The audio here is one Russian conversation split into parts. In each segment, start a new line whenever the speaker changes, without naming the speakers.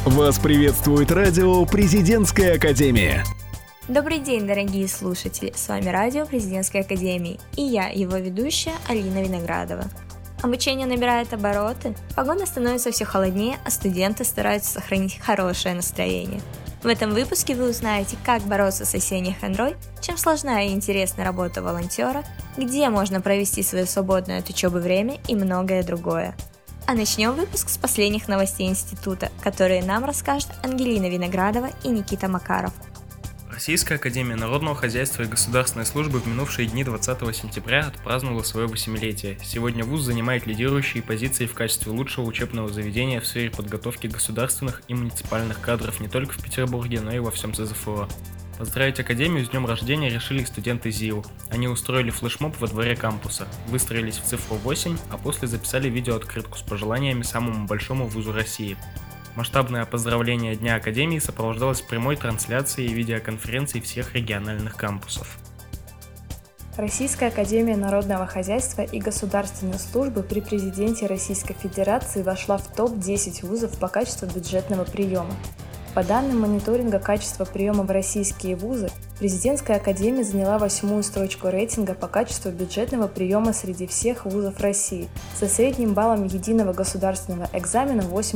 Вас приветствует радио «Президентская академия».
Добрый день, дорогие слушатели! С вами радио Президентской академии и я, его ведущая Алина Виноградова. Обучение набирает обороты, погода становится все холоднее, а студенты стараются сохранить хорошее настроение. В этом выпуске вы узнаете, как бороться с осенней хандрой, чем сложна и интересна работа волонтера, где можно провести свое свободное от учебы время и многое другое. А начнем выпуск с последних новостей института, которые нам расскажут Ангелина Виноградова и Никита Макаров.
Российская академия народного хозяйства и государственной службы в минувшие дни 20 сентября отпраздновала свое 8-летие. Сегодня вуз занимает лидирующие позиции в качестве лучшего учебного заведения в сфере подготовки государственных и муниципальных кадров не только в Петербурге, но и во всем СЗФО. Поздравить академию с днем рождения решили студенты ЗИУ. Они устроили флешмоб во дворе кампуса, выстроились в цифру 8, а после записали видеооткрытку с пожеланиями самому большому вузу России. Масштабное поздравление Дня Академии сопровождалось прямой трансляцией и видеоконференцией всех региональных кампусов.
Российская академия народного хозяйства и государственной службы при президенте Российской Федерации вошла в топ-10 вузов по качеству бюджетного приема. По данным мониторинга качества приема в российские вузы, Президентская академия заняла 8-ю строчку рейтинга по качеству бюджетного приема среди всех вузов России со средним баллом единого государственного экзамена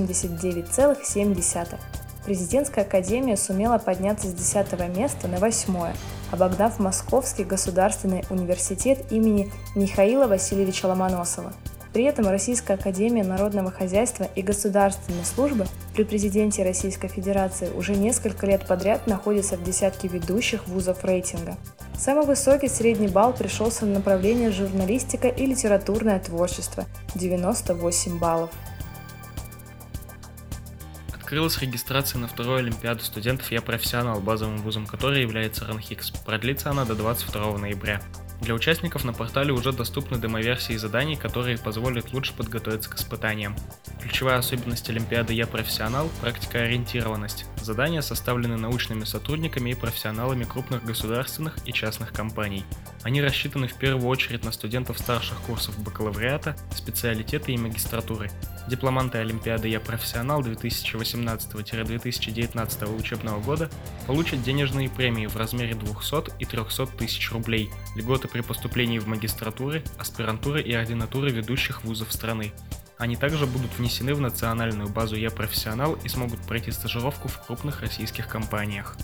89,7. Президентская академия сумела подняться с 10 места на 8-е, обогнав Московский государственный университет имени Михаила Васильевича Ломоносова. При этом Российская академия народного хозяйства и государственной службы при президенте Российской Федерации уже несколько лет подряд находится в десятке ведущих вузов рейтинга. Самый высокий средний балл пришелся на направление журналистика и литературное творчество – 98 баллов.
Открылась регистрация на вторую Олимпиаду студентов «Я профессионал», базовым вузом которой является РАНХИКС. Продлится она до 22 ноября. Для участников на портале уже доступны демо-версии заданий, которые позволят лучше подготовиться к испытаниям. Ключевая особенность Олимпиады «Я профессионал» – практикоориентированность. Задания составлены научными сотрудниками и профессионалами крупных государственных и частных компаний. Они рассчитаны в первую очередь на студентов старших курсов бакалавриата, специалитета и магистратуры. Дипломанты Олимпиады «Я профессионал» 2018-2019 учебного года получат денежные премии в размере 200 и 300 тысяч рублей, льготы при поступлении в магистратуры, аспирантуры и ординатуры ведущих вузов страны. Они также будут внесены в национальную базу «Я профессионал» и смогут пройти стажировку в крупных российских компаниях.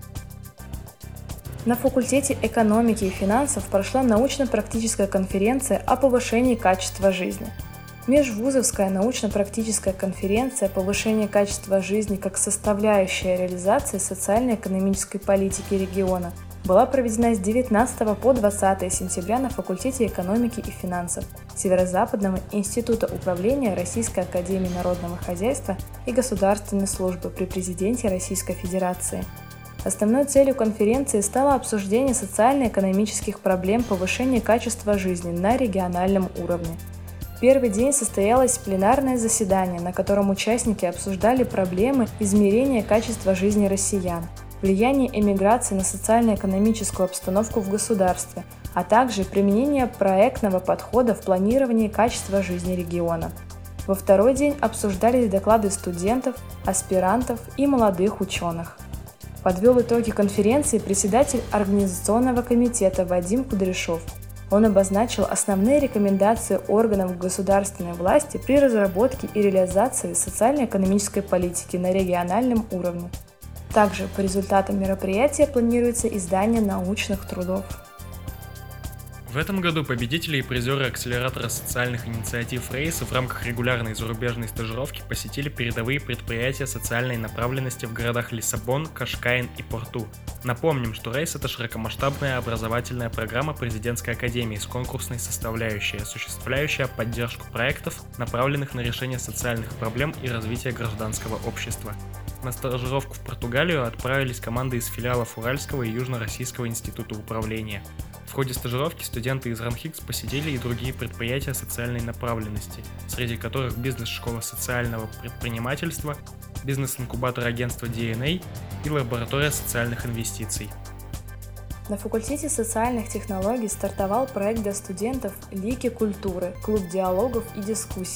На факультете экономики и финансов прошла научно-практическая конференция о повышении качества жизни. Межвузовская научно-практическая конференция «Повышение качества жизни как составляющая реализации социально-экономической политики региона» была проведена с 19 по 20 сентября на факультете экономики и финансов Северо-Западного института управления Российской академии народного хозяйства и государственной службы при президенте Российской Федерации. Основной целью конференции стало обсуждение социально-экономических проблем повышения качества жизни на региональном уровне. В первый день состоялось пленарное заседание, на котором участники обсуждали проблемы измерения качества жизни россиян, влияние эмиграции на социально-экономическую обстановку в государстве, а также применение проектного подхода в планировании качества жизни региона. Во второй день обсуждались доклады студентов, аспирантов и молодых ученых. Подвел итоги конференции председатель Организационного комитета Вадим Кудряшов. Он обозначил основные рекомендации органов государственной власти при разработке и реализации социально-экономической политики на региональном уровне. Также по результатам мероприятия планируется издание научных трудов.
В этом году победители и призеры акселератора социальных инициатив «Рейс» в рамках регулярной зарубежной стажировки посетили передовые предприятия социальной направленности в городах Лиссабон, Кашкаин и Порту. Напомним, что «Рейс» — это широкомасштабная образовательная программа президентской академии с конкурсной составляющей, осуществляющая поддержку проектов, направленных на решение социальных проблем и развитие гражданского общества. На стажировку в Португалию отправились команды из филиалов Уральского и Южно-Российского института управления. В ходе стажировки студенты из РАНХИКС посетили и другие предприятия социальной направленности, среди которых бизнес-школа социального предпринимательства, бизнес-инкубатор агентства DNA и лаборатория социальных инвестиций.
На факультете социальных технологий стартовал проект для студентов «Лики культуры. Клуб диалогов и дискуссий»,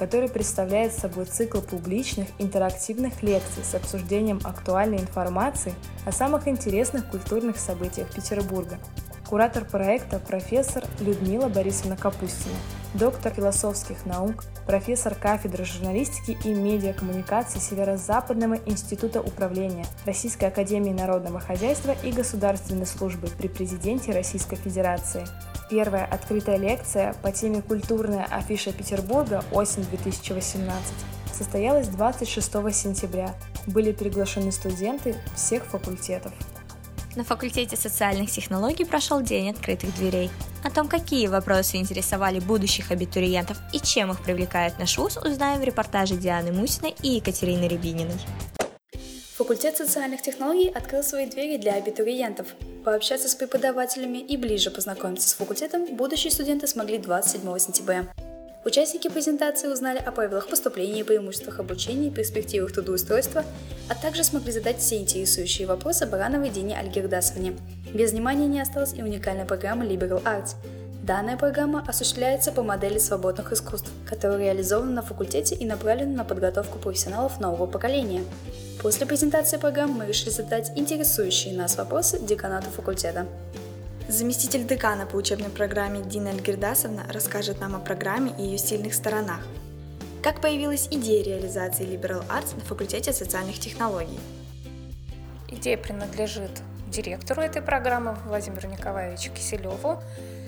который представляет собой цикл публичных интерактивных лекций с обсуждением актуальной информации о самых интересных культурных событиях Петербурга. Куратор проекта профессор Людмила Борисовна Капустина, доктор философских наук, профессор кафедры журналистики и медиакоммуникации Северо-Западного института управления Российской академии народного хозяйства и государственной службы при президенте Российской Федерации. Первая открытая лекция по теме «Культурная афиша Петербурга. Осень 2018» состоялась 26 сентября. Были приглашены студенты всех факультетов.
На факультете социальных технологий прошел день открытых дверей. О том, какие вопросы интересовали будущих абитуриентов и чем их привлекает наш вуз, узнаем в репортаже Дианы Мусиной и Екатерины Рябининой.
Факультет социальных технологий открыл свои двери для абитуриентов. Пообщаться с преподавателями и ближе познакомиться с факультетом будущие студенты смогли 27 сентября. Участники презентации узнали о правилах поступления и преимуществах обучения, перспективах трудоустройства, а также смогли задать все интересующие вопросы Барановой Дине Альгердасовне. Без внимания не осталась и уникальная программа Liberal Arts. Данная программа осуществляется по модели свободных искусств, которая реализована на факультете и направлена на подготовку профессионалов нового поколения. После презентации программы мы решили задать интересующие нас вопросы деканату факультета. Заместитель декана по учебной программе Дина Альгердасовна расскажет нам о программе и ее сильных сторонах. Как появилась идея реализации Liberal Arts на факультете социальных технологий?
Идея принадлежит директору этой программы Владимиру Николаевичу Киселеву.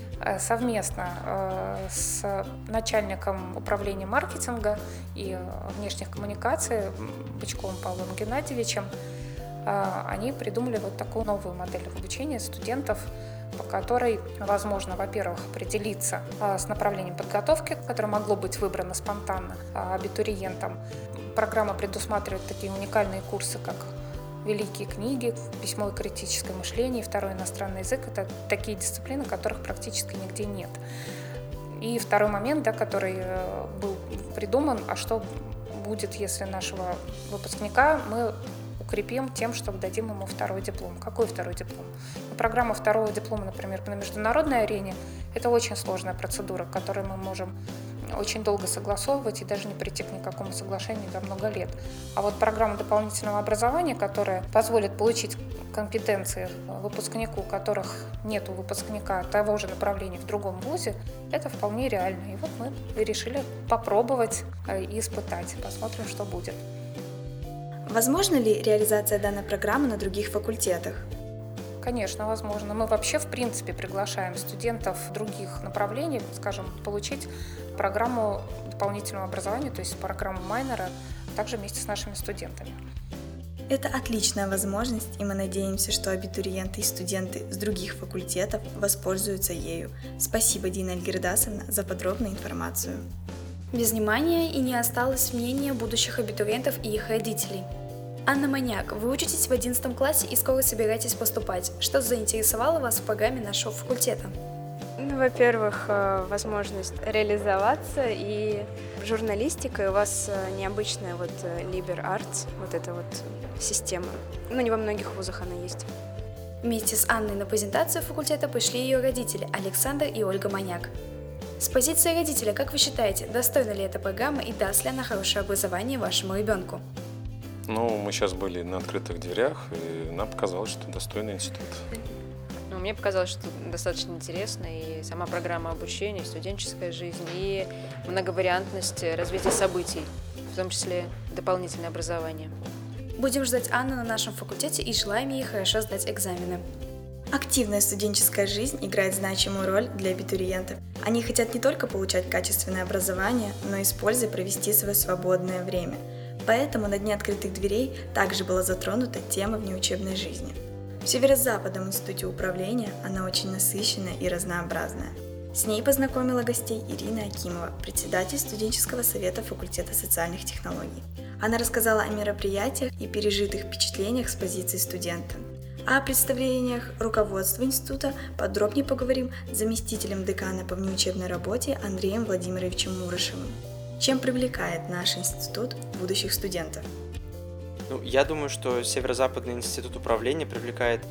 Совместно с начальником управления маркетинга и внешних коммуникаций Бычковым Павлом Геннадьевичем они придумали вот такую новую модель обучения студентов, по которой возможно, во-первых, определиться с направлением подготовки, которое могло быть выбрано спонтанно абитуриентом. Программа предусматривает такие уникальные курсы, как великие книги, письмо и критическое мышление, второй иностранный язык. Это такие дисциплины, которых практически нигде нет. И второй момент, который был придуман, а что будет, если нашего выпускника мы укрепим тем, что дадим ему второй диплом. Какой второй диплом? Программа второго диплома, например, на международной арене, это очень сложная процедура, которую мы можем очень долго согласовывать и даже не прийти к никакому соглашению до много лет. А вот программа дополнительного образования, которая позволит получить компетенции выпускнику, у которых нет у выпускника того же направления в другом вузе, это вполне реально. И вот мы решили попробовать и испытать. Посмотрим, что будет.
Возможно ли реализация данной программы на других факультетах?
Конечно, возможно. Мы вообще, в принципе, приглашаем студентов других направлений, скажем, получить программу дополнительного образования, то есть программу майнера, также вместе с нашими студентами.
Это отличная возможность, и мы надеемся, что абитуриенты и студенты с других факультетов воспользуются ею. Спасибо, Дина Альгердасовна, за подробную информацию. Без внимания и не осталось мнения будущих абитуриентов и их родителей. Анна Маняк, вы учитесь в 11 классе и скоро собираетесь поступать. Что заинтересовало вас в программе нашего факультета?
Во-первых, возможность реализоваться, и журналистика, и у вас необычная Liberal Arts, эта система. Не во многих вузах она есть.
Вместе с Анной на презентацию факультета пришли ее родители Александр и Ольга Маняк. С позиции родителя, как вы считаете, достойна ли эта программа и даст ли она хорошее образование вашему ребенку?
Мы сейчас были на открытых дверях, и нам показалось, что достойный институт.
Мне показалось, что достаточно интересно и сама программа обучения, и студенческая жизнь, и многовариантность развития событий, в том числе дополнительное образование.
Будем ждать Анну на нашем факультете и желаем ей хорошо сдать экзамены. Активная студенческая жизнь играет значимую роль для абитуриентов. Они хотят не только получать качественное образование, но и с пользой провести свое свободное время. Поэтому на Дне открытых дверей также была затронута тема внеучебной жизни. В Северо-Западном институте управления она очень насыщенная и разнообразная. С ней познакомила гостей Ирина Акимова, председатель студенческого совета факультета социальных технологий. Она рассказала о мероприятиях и пережитых впечатлениях с позиции студента. О представлениях руководства института подробнее поговорим с заместителем декана по внеучебной работе Андреем Владимировичем Мурышевым. Чем привлекает наш институт будущих студентов?
Я думаю, что Северо-Западный институт управления привлекает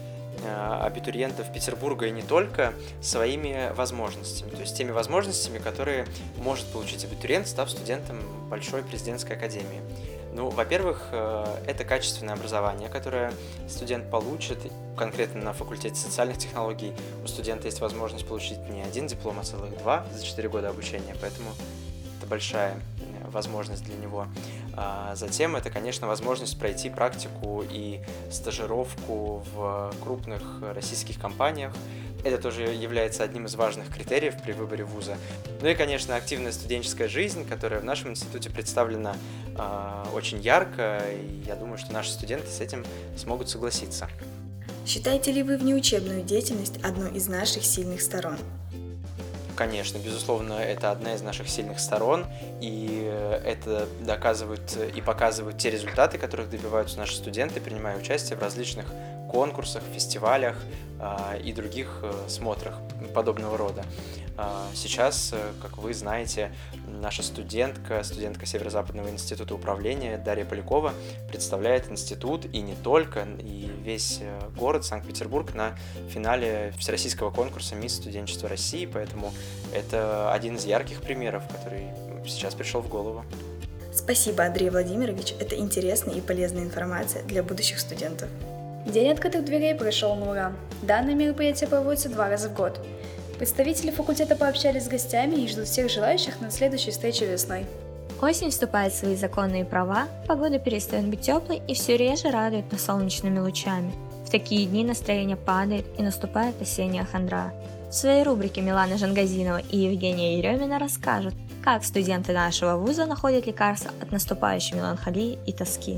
абитуриентов Петербурга и не только своими возможностями, то есть теми возможностями, которые может получить абитуриент, став студентом Большой президентской академии. Ну, во-первых, это качественное образование, которое студент получит. Конкретно на факультете социальных технологий у студента есть возможность получить не один диплом, а целых 2 за 4 года обучения, поэтому это большая возможность для него. Затем это, конечно, возможность пройти практику и стажировку в крупных российских компаниях. Это тоже является одним из важных критериев при выборе вуза. Ну и, конечно, активная студенческая жизнь, которая в нашем институте представлена очень ярко, и я думаю, что наши студенты с этим смогут согласиться.
Считаете ли вы внеучебную деятельность одной из наших сильных сторон?
Конечно, безусловно, это одна из наших сильных сторон, и это доказывают и показывают те результаты, которых добиваются наши студенты, принимая участие в различных конкурсах, фестивалях и других смотрах подобного рода. Сейчас, как вы знаете, наша студентка Северо-Западного института управления Дарья Полякова представляет институт и не только, и весь город Санкт-Петербург на финале всероссийского конкурса «Мисс студенчества России», поэтому это один из ярких примеров, который сейчас пришел в голову.
Спасибо, Андрей Владимирович, это интересная и полезная информация для будущих студентов. День открытых дверей прошел на ура. Данное мероприятие проводится 2 раза в год. Представители факультета пообщались с гостями и ждут всех желающих на следующей встрече весной.
Осень вступает в свои законные права, погода перестает быть теплой и все реже радует нас солнечными лучами. В такие дни настроение падает и наступает осенняя хандра. В своей рубрике Милана Жангазинова и Евгения Еремина расскажут, как студенты нашего вуза находят лекарства от наступающей меланхолии и тоски.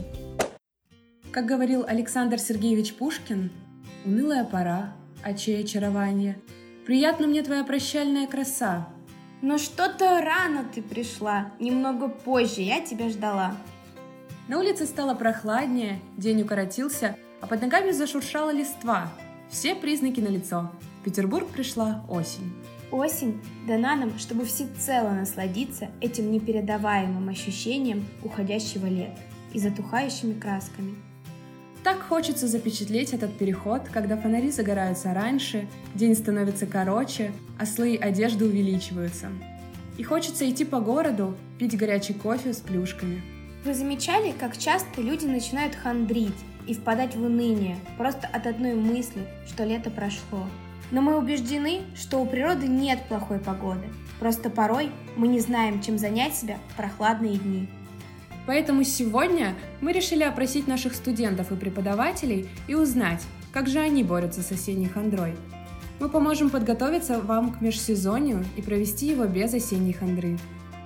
Как говорил Александр Сергеевич Пушкин, «Унылая пора, очей очарование, приятна мне твоя прощальная краса».
Но что-то рано ты пришла, немного позже я тебя ждала.
На улице стало прохладнее, день укоротился, а под ногами зашуршала листва. Все признаки налицо. В Петербург пришла осень.
Осень дана нам, чтобы всецело насладиться этим непередаваемым ощущением уходящего лета и затухающими красками.
Так хочется запечатлеть этот переход, когда фонари загораются раньше, день становится короче, а слои одежды увеличиваются. И хочется идти по городу, пить горячий кофе с плюшками.
Вы замечали, как часто люди начинают хандрить и впадать в уныние просто от одной мысли, что лето прошло? Но мы убеждены, что у природы нет плохой погоды. Просто порой мы не знаем, чем занять себя в прохладные дни.
Поэтому сегодня мы решили опросить наших студентов и преподавателей и узнать, как же они борются с осенней хандрой. Мы поможем подготовиться вам к межсезонью и провести его без осенней хандры.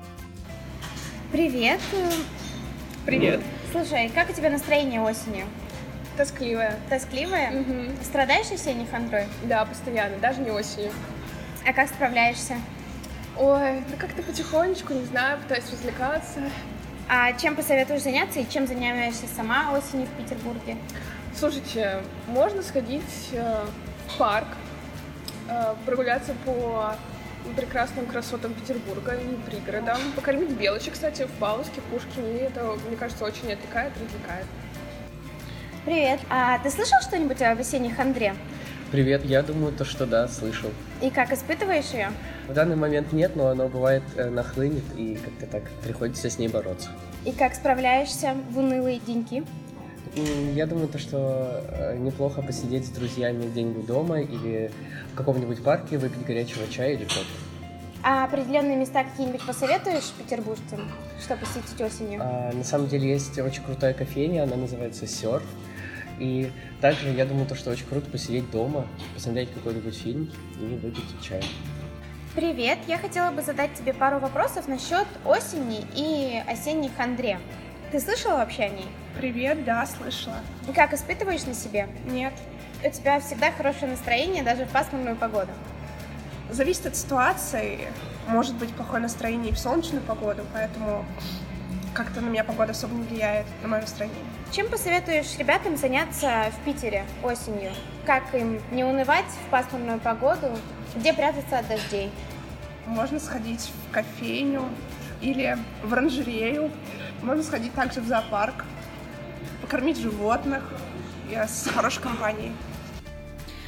Привет!
Привет!
Слушай, как у тебя настроение осенью?
Тоскливая.
Тоскливая?
Угу.
Страдаешь осенней хандрой?
Да, постоянно, даже не осенью.
А как справляешься?
Ой, да как-то потихонечку, не знаю, пытаюсь развлекаться.
А чем посоветуешь заняться и чем занимаешься сама осенью в Петербурге?
Слушайте, можно сходить в парк, прогуляться по прекрасным красотам Петербурга и пригородам, покормить белочек, кстати, в Павловске, Пушкине, и это, мне кажется, очень отвлекает и развлекает.
Привет, а ты слышал что-нибудь об осенней хандре?
Привет, я думаю, что да, слышал.
И как, испытываешь ее?
В данный момент нет, но оно бывает нахлынет, и как-то так приходится с ней бороться.
И как справляешься в унылые деньки?
Я думаю, что неплохо посидеть с друзьями где-нибудь дома или в каком-нибудь парке, выпить горячего чая или кофе.
А определенные места какие-нибудь посоветуешь петербуржцам, что посетить осенью?
На самом деле есть очень крутая кофейня, она называется «Серф». И также я думаю, что очень круто посидеть дома, посмотреть какой-нибудь фильм и выпить чай.
Привет, я хотела бы задать тебе пару вопросов насчет осени и осенней хандре. Ты слышала вообще о ней?
Привет, да, слышала.
И как, испытываешь на себе?
Нет.
У тебя всегда хорошее настроение, даже в пасмурную погоду?
Зависит от ситуации. Может быть плохое настроение и в солнечную погоду, поэтому как-то на меня погода особо не влияет, на мое настроение.
Чем посоветуешь ребятам заняться в Питере осенью? Как им не унывать в пасмурную погоду? Где прятаться от дождей?
Можно сходить в кофейню или в оранжерею. Можно сходить также в зоопарк, покормить животных с хорошей компанией.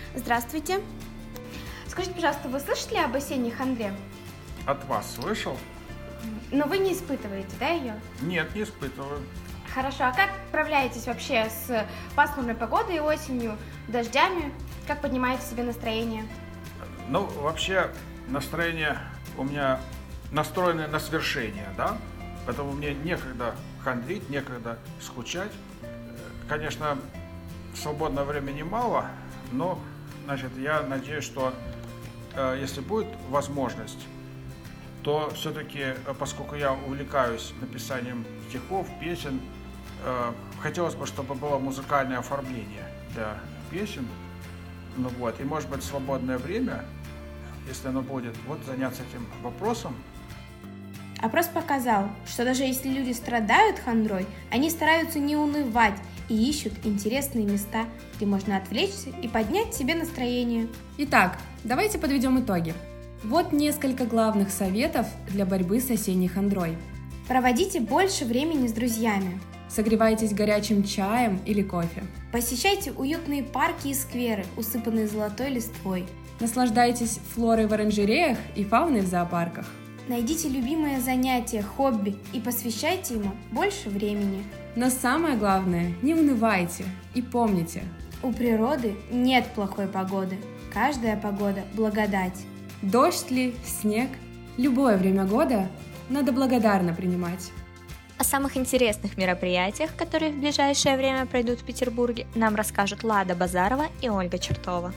Здравствуйте. Скажите, пожалуйста, вы слышали об осенней хандре?
От вас слышал?
Но вы не испытываете, да, ее?
Нет, не испытываю.
Хорошо, а как справляетесь вообще с пасмурной погодой осенью, дождями? Как поднимаете себе настроение?
Ну, вообще, настроение у меня настроено на свершение, да? Поэтому мне некогда хандрить, некогда скучать. Конечно, свободного времени мало, но, значит, я надеюсь, что если будет возможность, то все-таки, поскольку я увлекаюсь написанием стихов, песен, хотелось бы, чтобы было музыкальное оформление для песен. Ну вот, и может быть свободное время, если оно будет, вот заняться этим вопросом.
Опрос показал, что даже если люди страдают хандрой, они стараются не унывать и ищут интересные места, где можно отвлечься и поднять себе настроение.
Итак, давайте подведем итоги. Вот несколько главных советов для борьбы с осенней хандрой.
Проводите больше времени с друзьями.
Согревайтесь горячим чаем или кофе.
Посещайте уютные парки и скверы, усыпанные золотой листвой.
Наслаждайтесь флорой в оранжереях и фауной в зоопарках.
Найдите любимое занятие, хобби и посвящайте ему больше времени.
Но самое главное, не унывайте и помните:
у природы нет плохой погоды. Каждая погода – благодать.
Дождь ли, снег, любое время года надо благодарно принимать.
О самых интересных мероприятиях, которые в ближайшее время пройдут в Петербурге, нам расскажут Лада Базарова и Ольга Чертова.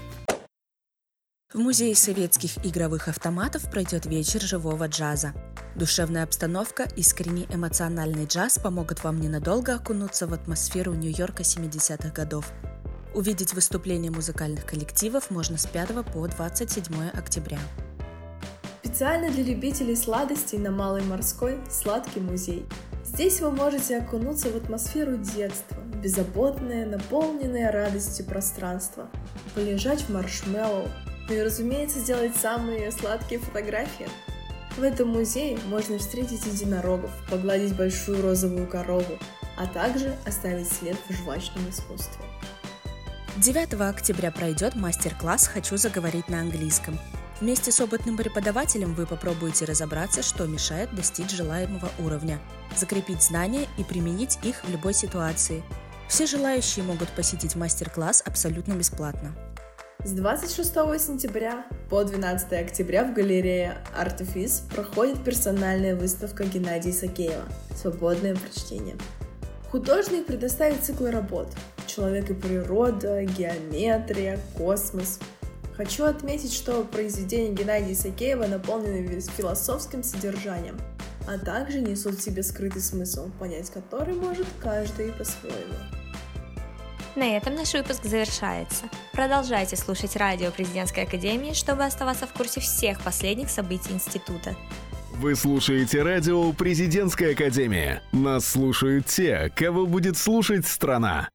В Музее советских игровых автоматов пройдет вечер живого джаза. Душевная обстановка, искренний эмоциональный джаз помогут вам ненадолго окунуться в атмосферу Нью-Йорка 70-х годов. Увидеть выступления музыкальных коллективов можно с 5 по 27 октября.
Специально для любителей сладостей на Малой Морской «Сладкий музей». Здесь вы можете окунуться в атмосферу детства, беззаботное, наполненное радостью пространство, полежать в маршмеллоу, ну и, разумеется, сделать самые сладкие фотографии. В этом музее можно встретить единорогов, погладить большую розовую корову, а также оставить след в жвачном искусстве.
9 октября пройдет мастер-класс «Хочу заговорить на английском». Вместе с опытным преподавателем вы попробуете разобраться, что мешает достичь желаемого уровня, закрепить знания и применить их в любой ситуации. Все желающие могут посетить мастер-класс абсолютно бесплатно.
С 26 сентября по 12 октября в галерее Артефис проходит персональная выставка Геннадия Исакеева «Свободное прочтение». Художник предоставит циклы работ «Человек и природа», «Геометрия», «Космос». Хочу отметить, что произведения Геннадия Исакеева наполнены философским содержанием, а также несут в себе скрытый смысл, понять который может каждый по-своему.
На этом наш выпуск завершается. Продолжайте слушать радио Президентской академии, чтобы оставаться в курсе всех последних событий института.
Вы слушаете радио Президентская академия. Нас слушают те, кого будет слушать страна.